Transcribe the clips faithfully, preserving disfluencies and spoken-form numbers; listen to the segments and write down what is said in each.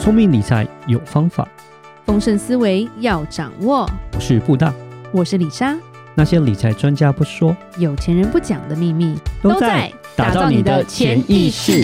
聪明理财有方法， 丰盛思维要掌握。 我是布大， 我是李莎。 那些理财专家不说， 有钱人不讲的秘密， 都在打造你的潜意识。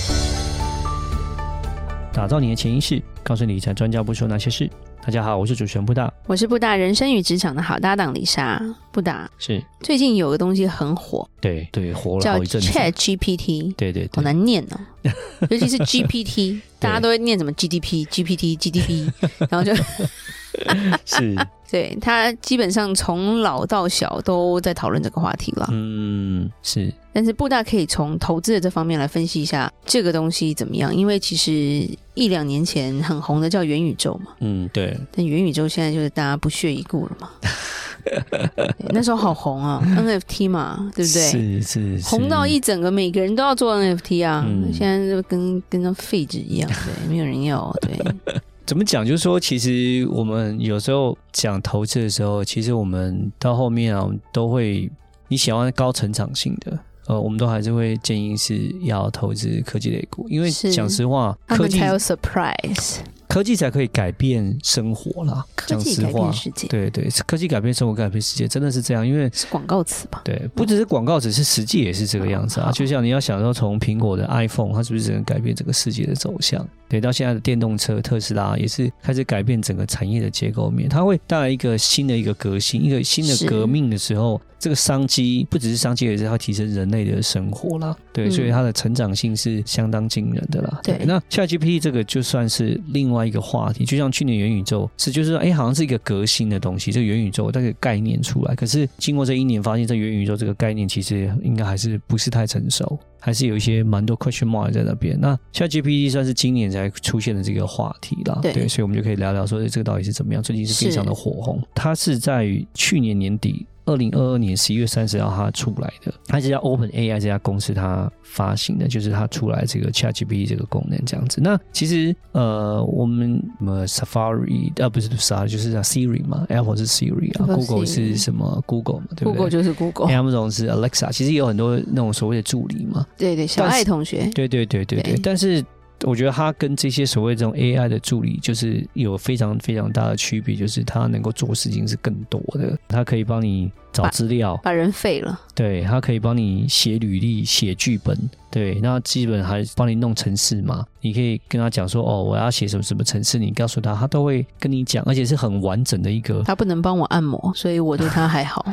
打造你的潜意识，告诉你理财专家不说那些事。大家好，我是主持人布大， 我是布大人生与职场的好搭档李莎。布大是最近有个东西很火， 对对，火了好一阵子， 叫 Chat G P T， 对对对， 好难念哦，尤其是 G P T， 大家都会念什么 G D P、G P T、G D P， 然后就是对，他基本上从老到小都在讨论这个话题了。 嗯，是。 但是布大可以从投资的这方面来分析一下这个东西怎么样，因为其实一两年前很红的叫元宇宙嘛， 嗯，对。 但元宇宙现在就是大家不屑一顾了嘛。那时候好红啊，N F T 嘛，对不对？ 是是是， 红到一整个每个人都要做 N F T 啊， 嗯、 现在就跟跟那废纸一样，对，没有人要，对。 怎么讲？就是说，其实我们有时候讲投资的时候，其实我们到后面啊，我们都会你喜欢高成长性的，呃，我们都还是会建议是要投资科技类股，因为讲实话，科技他们才有 surprise。 科技才可以改变生活啦， 科技改变世界， 对对，科技改变生活，改变世界，真的是这样。因为是广告词吧？ 对，不只是广告词，是实际也是这个样子啊。就像你要想说，从苹果的 iPhone， 它是不是能改变整个世界的走向？对，到现在的电动车特斯拉也是开始改变整个产业的结构面，它会带来一个新的一个革新，一个新的革命的时候，这个商机不只是商机，也是会提升人类的生活啦。对，嗯、所以它的成长性是相当惊人的啦。对，对那 ChatGPT 这个就算是另外一个话题，就像去年元宇宙是就是说，哎，好像是一个革新的东西，这个元宇宙这个概念出来，可是经过这一年，发现这元宇宙这个概念其实应该还是不是太成熟。还是有一些蛮多 question mark 在那边。那 ChatGPT 算是今年才出现的这个话题啦， 对, 对，所以我们就可以聊聊说这个到底是怎么样。最近是非常的火红，它是在于去年年底二零二二年十一月三十号它出来的，它是叫 OpenAI 这家公司它发行的，就是它出来这个 ChatGPT 这个功能这样子。那其实呃，我们什么 Safari 啊不是 Safari 就是 Siri 嘛 ，Apple 是 Siri 啊 ，Google 是什么 Google 嘛，对不对 ？Google 就是 Google，Amazon 是 Alexa， 其实也有很多那种所谓的助理嘛。 对对，小爱同学。 对对对对 对, 对，但是。我觉得它跟这些所谓这种 A I 的助理就是有非常非常大的区别，就是它能够做事情是更多的，它可以帮你找资料， 把, 把人废了， 对，它可以帮你写履历、写剧本，对，那基本还帮你弄程式嘛，你可以跟他讲说，哦，我要写什么什么程式，你告诉他，他都会跟你讲，而且是很完整的一个。 他不能帮我按摩，所以我对他还好。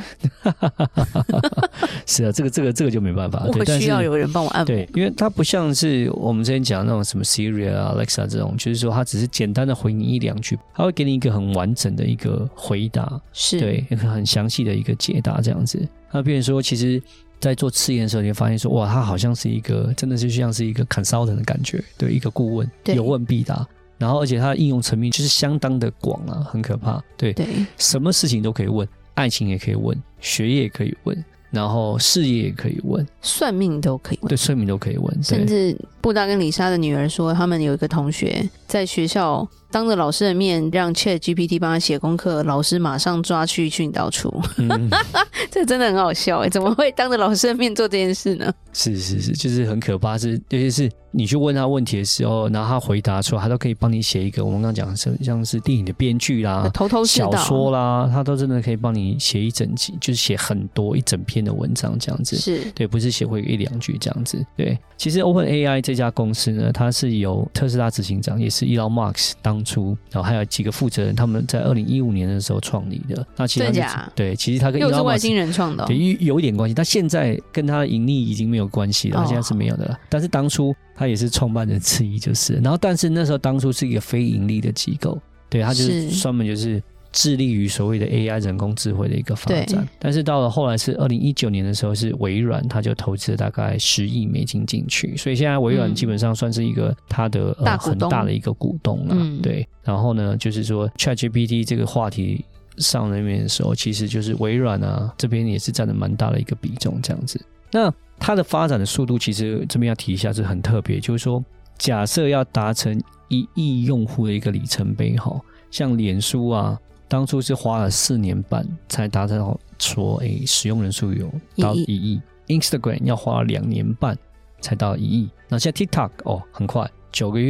是啊，这个这个这个就没办法， 我需要有人帮我按摩， 对，因为它不像是我们之前讲那种什么 Siri 啊、Alexa 这种，就是说它只是简单的回你一两句，它会给你一个很完整的一个回答， 是对，一个很详细的一个解答这样子。那变成说，其实在做测验的时候，你会发现说，哇，它好像是一个，真的是像是一个 consultant 的感觉，对，一个顾问，有问必答。然后，而且它的应用层面就是相当的广啊，很可怕。对， 对， 什么事情都可以问，爱情也可以问，学业也可以问，然后事业也可以问， 算命都可以问， 对，算命都可以问。 甚至布大跟李莎的女儿说，他们有一个同学在学校当着老师的面让 ChatGPT 帮他写功课，老师马上抓去训导处。嗯、这真的很好笑耶，怎么会当着老师的面做这件事呢？是是是，就是很可怕，是尤其是你去问他问题的时候，然后他回答出来，他都可以帮你写一个我们刚刚讲的像是电影的编剧啦、 头头是道小说啦，他都真的可以帮你写一整集，就是写很多一整篇的文章这样子。 是， 对，不是写会一两句这样子。对，其实 OpenAI 这家公司呢，它是由特斯拉执行长也是 Elon Musk 当初，然后还有几个负责人，他们在二零一五年的时候创立的。那其实真假？ 对，其实他跟 Elon Musk 又是外星人创的、哦， 对，有一点关系。但现在跟他的盈利已经没有关系了，他现在是没有的了。但是当初他也是创办人之一，就是。然后，但是那时候当初是一个非盈利的机构，对，他就是专门就是致力于所谓的 A I 人工智慧的一个发展。但是到了后来是二零一九年的时候，是微软他就投资了大概十亿美金进去，所以现在微软基本上算是一个他的、嗯呃、很大的一个股东了、嗯。对，然后呢，就是说 ChatGPT 这个话题上那边的时候，其实就是微软啊这边也是占了蛮大的一个比重这样子。那它的发展的速度其实这边要提一下是很特别，就是说假设要达成一亿用户的一个里程碑，像脸书啊当初是花了四年半才达成说诶使用人数有到一亿， Instagram 要花两年半才到一亿，那现在 TikTok 哦很快九个月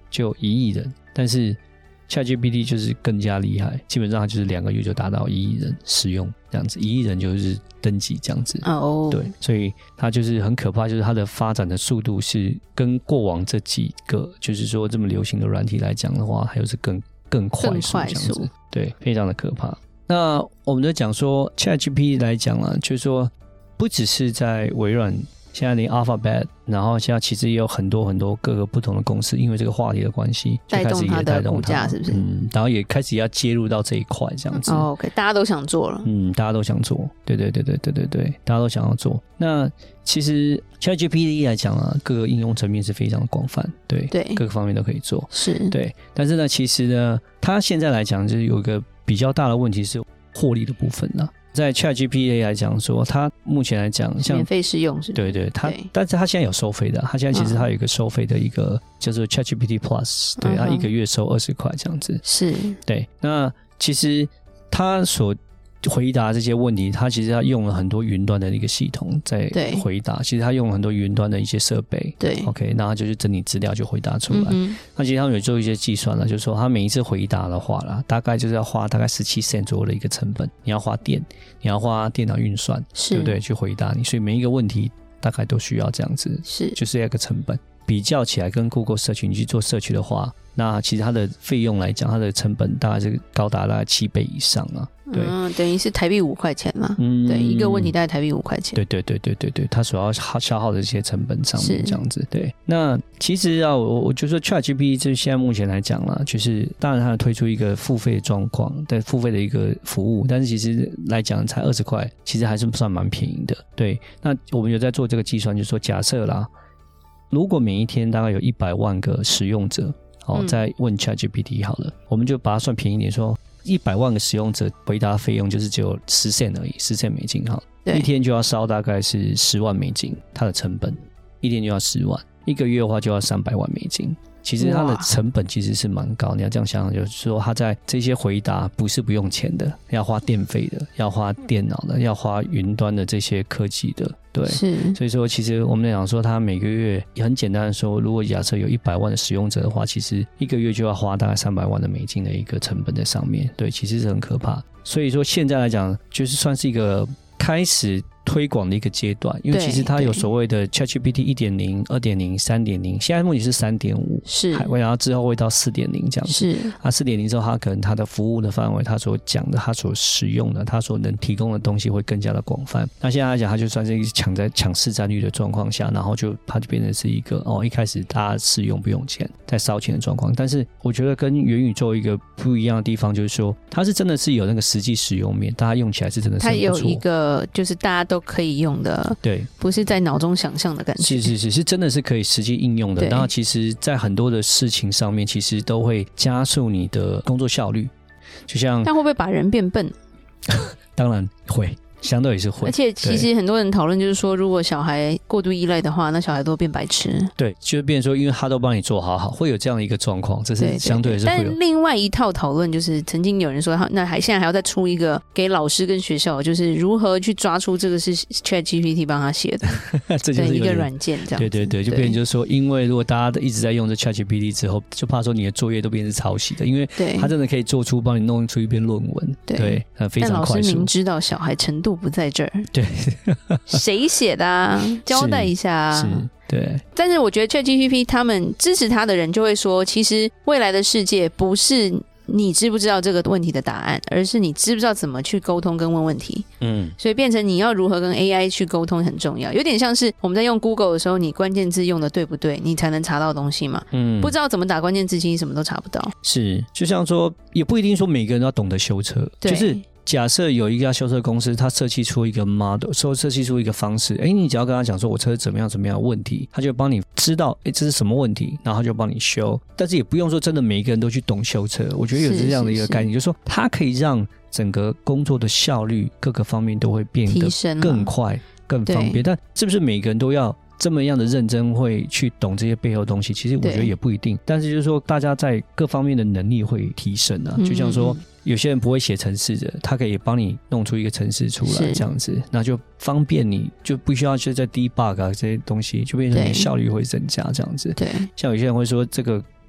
就一亿人，但是 ChatGPT 就是更加厉害，基本上它就是两个月就达到一亿人使用这样子，一亿人就是登记这样子。 哦， 对，所以它就是很可怕，就是它的发展的速度是跟过往这几个就是说这么流行的软体来讲的话，还有是更更快速这样子，对，非常的可怕。那我们就讲说 ChatGPT 来讲啊，就是说不只是在微软，现在连 Alphabet， 然后现在其实也有很多很多各个不同的公司，因为这个话题的关系， 带动它的股价，是不是？ 嗯，然后也开始要接入到这一块，这样子。 哦 ，OK， 大家都想做了。 嗯，大家都想做，对对对对对对对，大家都想要做。那其实 ChatGPT 来讲啊，各个应用层面是非常的广泛，对对，各个方面都可以做， 是对。但是呢，其实呢，它现在来讲就是有一个比较大的问题是获利的部分啦。在 ChatGPT 来讲说，它目前来讲像免费试用是不是？ 对对，它但是它现在有收费的，它现在其实它有一个收费的一个、嗯、叫做 ChatGPT Plus， 对，它一个月收二十块这样子。 是， 对。那其实它所回答这些问题，它其实它用了很多云端的一个系统在回答，其实它用了很多云端的一些设备， 对 ，OK， 那它就去整理资料就回答出来。 嗯、 那其实他们有做一些计算了，就是说它每一次回答的话啦，大概就是要花大概十七 cent 左右的一个成本，你要花电，你要花电脑运算，对不对？去回答你，所以每一个问题大概都需要这样子， 是， 就是一个成本。比较起来跟 Google Search 你去做 Search 的话，那其实它的费用来讲，它的成本大概是高达大概七倍以上啊。对， 嗯，等于是台币五块钱嘛。嗯，对，一个问题大概台币五块钱。 对对对对对对，它所要消耗的这些成本上面这样子。对，那其实啊，我我就说 ChatGPT 就现在目前来讲啦，就是当然它推出一个付费的状况，对，付费的一个服务，但是其实来讲才二十块，其实还是算蛮便宜的。对，那我们有在做这个计算，就是说假设啦。如果每一天大概有一百万个使用者，哦，在问 ChatGPT 好了，嗯、我们就把它算便宜一点，说一百万个使用者回答费用就是只有十 cent 而已，十 cent 美金哈，一天就要烧大概是十万美金，它的成本一天就要十万，一个月的话就要三百万美金。其实它的成本其实是蛮高，你要这样想想，就是说它在这些回答不是不用钱的，要花电费的，要花电脑的，要花云端的这些科技的，对， 是。 所以说其实我们讲说它每个月很简单的说，如果假设有一百万的使用者的话，其实一个月就要花大概三百万的美金的一个成本在上面，对，其实是很可怕。所以说现在来讲，就是算是一个开始推广的一个阶段，因为其实它有所谓的 ChatGPT 一点零、二点零、三点零，现在目前是 三点五， 是，然后之后会到 四点零 这样子。是啊， 四点零 之后它可能它的服务的范围，它所讲的，它所使用的，它所能提供的东西会更加的广泛。那现在来讲，它就算是一个抢在抢市占率的状况下，然后就它就变成是一个哦，一开始大家试用不用钱，在烧钱的状况。但是我觉得跟元宇宙一个不一样的地方就是说，它是真的是有那个实际使用面，大家用起来是真的是很不错。它有一个就是大家都可以用的， 对， 不是在脑中想象的感觉， 是是是是真的是可以实际应用的。然后其实在很多的事情上面，其实都会加速你的工作效率。就像但会不会把人变笨？ 当然会，相对也是会。 而且其实很多人讨论就是说，如果小孩过度依赖的话，那小孩都会变白痴。 对，就是变成说，因为他都帮你做好好，会有这样的一个状况，这是相对也是会有。 但另外一套讨论就是，曾经有人说，那还现在还要再出一个给老师跟学校，就是如何去抓出这个是 ChatGPT 帮他写的， 这就是一个软件这样。 对对对，就变成就是说，因为如果大家都一直在用这 ChatGPT 之后，就怕说你的作业都变成抄袭的，因为他真的可以做出帮你弄出一篇论文，对，对非常快速。 但老师明知道小孩程度不在这儿。 对， 谁写的啊？交代一下啊。 是，对。 但是我觉得 ChatGPT 他们支持他的人就会说，其实未来的世界不是你知不知道这个问题的答案，而是你知不知道怎么去沟通跟问问题。嗯，所以变成你要如何跟 A I 去沟通很重要，有点像是我们在用 Google 的时候，你关键字用的对不对，你才能查到东西嘛。嗯，不知道怎么打关键字，其实什么都查不到。 是，就像说，也不一定说每个人都要懂得修车，就是假设有一家修车公司，它设计出一个 model， 说设计出一个方式，哎，你只要跟他讲说我车怎么样怎么样的问题，他就帮你知道，哎，这是什么问题，然后他就帮你修。但是也不用说真的每一个人都去懂修车，我觉得有这样的一个概念，就是说它可以让整个工作的效率各个方面都会变得更快、更方便。但是不是每个人都要这么样的认真会去懂这些背后的东西，其实我觉得也不一定。但是就是说大家在各方面的能力会提升啊，就像说有些人不会写程式的，他可以帮你弄出一个程式出来这样子，那就方便你，就不需要去在 debug 啊这些东西，就变成你效率会增加这样子。对，像有些人会说这个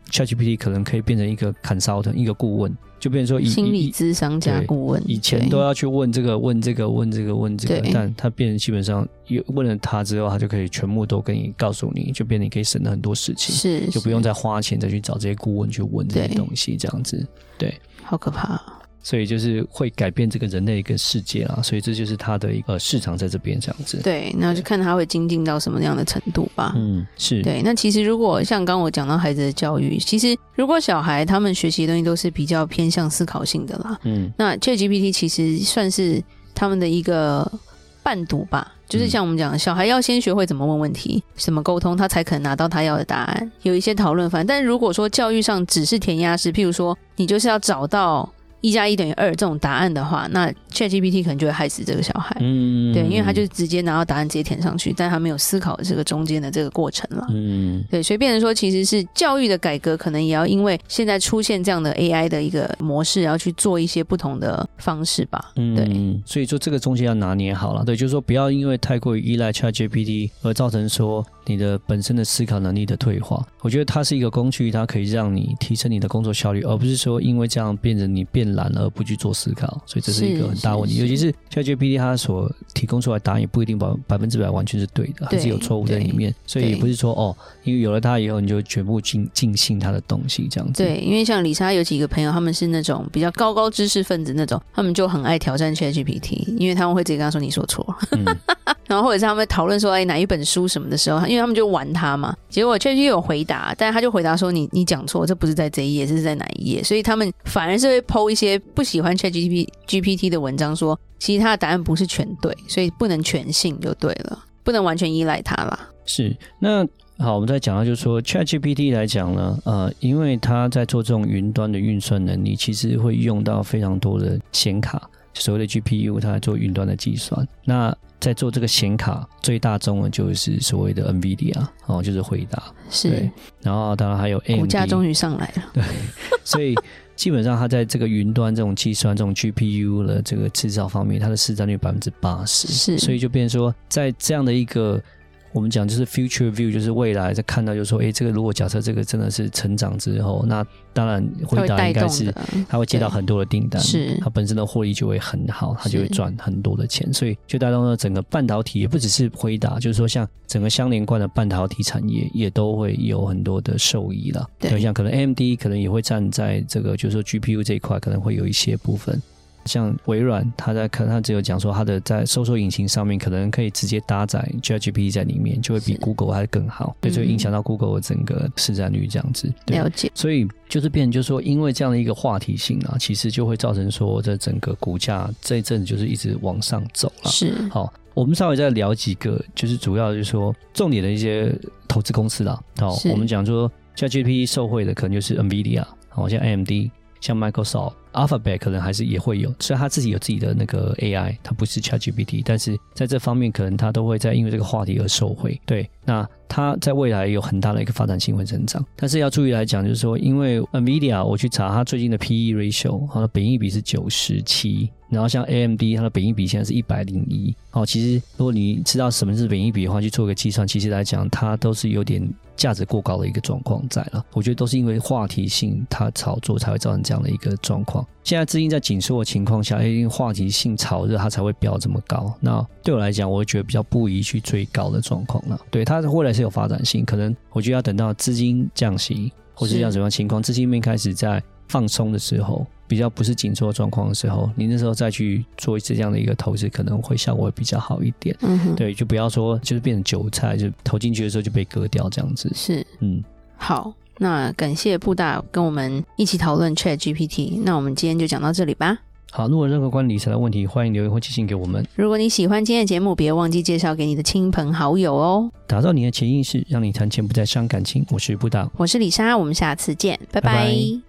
ChatGPT 可能可以变成一个 consultant 一个顾问，就变成说以心理咨商加顾问， 以前都要去问这个问这个问这个问这个，但他变成基本上问了他之后，他就可以全部都跟你告诉你，就变成你可以省了很多事情， 是就不用再花钱再去找这些顾问去问这些东西，这样子，对， 好可怕。 所以就是会改变这个人类一个世界啦，所以这就是它的一个市场在这边这样子。 对，那就看它会精进到什么样的程度吧。 嗯，是。 对，那其实如果像刚刚我讲到孩子的教育，其实如果小孩他们学习的东西都是比较偏向思考性的啦，嗯，那 ChatGPT 其实算是他们的一个伴读吧。就是像我们讲的，小孩要先学会怎么问问题，怎么沟通，他才可能拿到他要的答案。有一些讨论法，但如果说教育上只是填鸭式，譬如说你就是要找到一加一等于二这种答案的话，那 ChatGPT 可能就会害死这个小孩。嗯，对，因为他就直接拿到答案直接填上去，但他没有思考这个中间的这个过程了。嗯，对，所以变成说其实是教育的改革，可能也要因为现在出现这样的 A I 的一个模式，要去做一些不同的方式吧。嗯，对， 所以说这个中间要拿捏好了。对，就是说不要因为太过于依赖 ChatGPT 而造成说你的本身的思考能力的退化。我觉得它是一个工具，它可以让你提升你的工作效率，而不是说因为这样变成你变懒而不去做思考，所以这是一个很大问题。尤其是 ChatGPT 它所提供出来的答案也不一定百分之百完全是对的，还是有错误在里面，所以也不是说哦，因为有了它以后你就全部尽尽信它的东西这样子。 对，因为像李莎有几个朋友，他们是那种比较高高知识分子那种，他们就很爱挑战 ChatGPT， 因为他们会直接跟他说你说错了，嗯、然后或者是他们讨论说哎哪一本书什么的时候，因为他们就玩它嘛，结果 ChatGPT 有回答，但他就回答说你你讲错，这不是在这一页，这是在哪一页，所以他们反而是会 po 一些不喜欢 ChatGPT 的文章说其实他的答案不是全对，所以不能全信就对了，不能完全依赖它啦。 是，那好，我们再讲到就是说 ChatGPT 来讲呢，呃，因为它在做这种云端的运算能力，其实会用到非常多的显卡，所谓的 G P U， 它来做云端的计算。那在做这个显卡最大宗的就是所谓的 NVIDIA， 哦，就是辉达， 是， 对，然后当然还有 A M D， 股价终于上来了， 对，所以基本上它在这个云端这种计算这种 G P U 的这个制造方面，它的市占率 百分之八十， 是，所以就变成说在这样的一个我们讲就是 future view， 就是未来在看到就是说，哎，这个如果假设这个真的是成长之后，那当然辉达应该是它会接到很多的订单，是它本身的获利就会很好，它就会赚很多的钱，所以就带动了整个半导体，也不只是辉达，就是说像整个相连贯的半导体产业也都会有很多的受益啦。对，像可能 A M D 可能也会站在这个就是说 G P U 这一块可能会有一些部分。像微软，它在可能它只有讲说，它的在搜索引擎上面可能可以直接搭载 ChatGPT 在里面，就会比 Google 还更好，所以就影响到 Google 的整个市占率这样子。 了解。 所以就是变成就是说，因为这样的一个话题性啊，其实就会造成说，这整个股价这一阵就是一直往上走了。是。好，我们稍微再聊几个，就是主要就是说重点的一些投资公司啦。好，我们讲说 ChatGPT 受惠的可能就是 NVIDIA， 好像 A M D。像 Microsoft、Alphabet 可能还是也会有，虽然他自己有自己的那个 A I， 它不是 ChatGPT， 但是在这方面可能他都会在因为这个话题而受惠。对，那它在未来有很大的一个发展性会增长，但是要注意来讲，就是说，因为 NVIDIA 我去查它最近的 P E ratio， 它的本益比是九十七，然后像 A M D 它的本益比现在是一百零一。好，其实如果你知道什么是本益比的话，去做一个计算，其实来讲它都是有点价值过高的一个状况在了。我觉得都是因为话题性它炒作才会造成这样的一个状况。现在资金在紧缩的情况下，因为话题性炒热它才会飙这么高。那对我来讲，我会觉得比较不宜去追高的状况了。对，它未来是有发展性，可能我觉得要等到资金降息或是像什么样情况，资金面开始在放松的时候，比较不是紧缩的状况的时候，你那时候再去做一次这样的一个投资，可能会效果会比较好一点。嗯，对，就不要说就是变成韭菜，就投进去的时候就被割掉这样子。 是，嗯，好，那感谢布大跟我们一起讨论 ChatGPT， 那我们今天就讲到这里吧。 好，如果有任何关于理财的问题，欢迎留言或寄信给我们。 如果你喜欢今天的节目，别忘记介绍给你的亲朋好友哦。 打造你的潜意识，让你谈钱不再伤感情。我是布大， 我是李莎，我们下次见，拜拜。拜拜。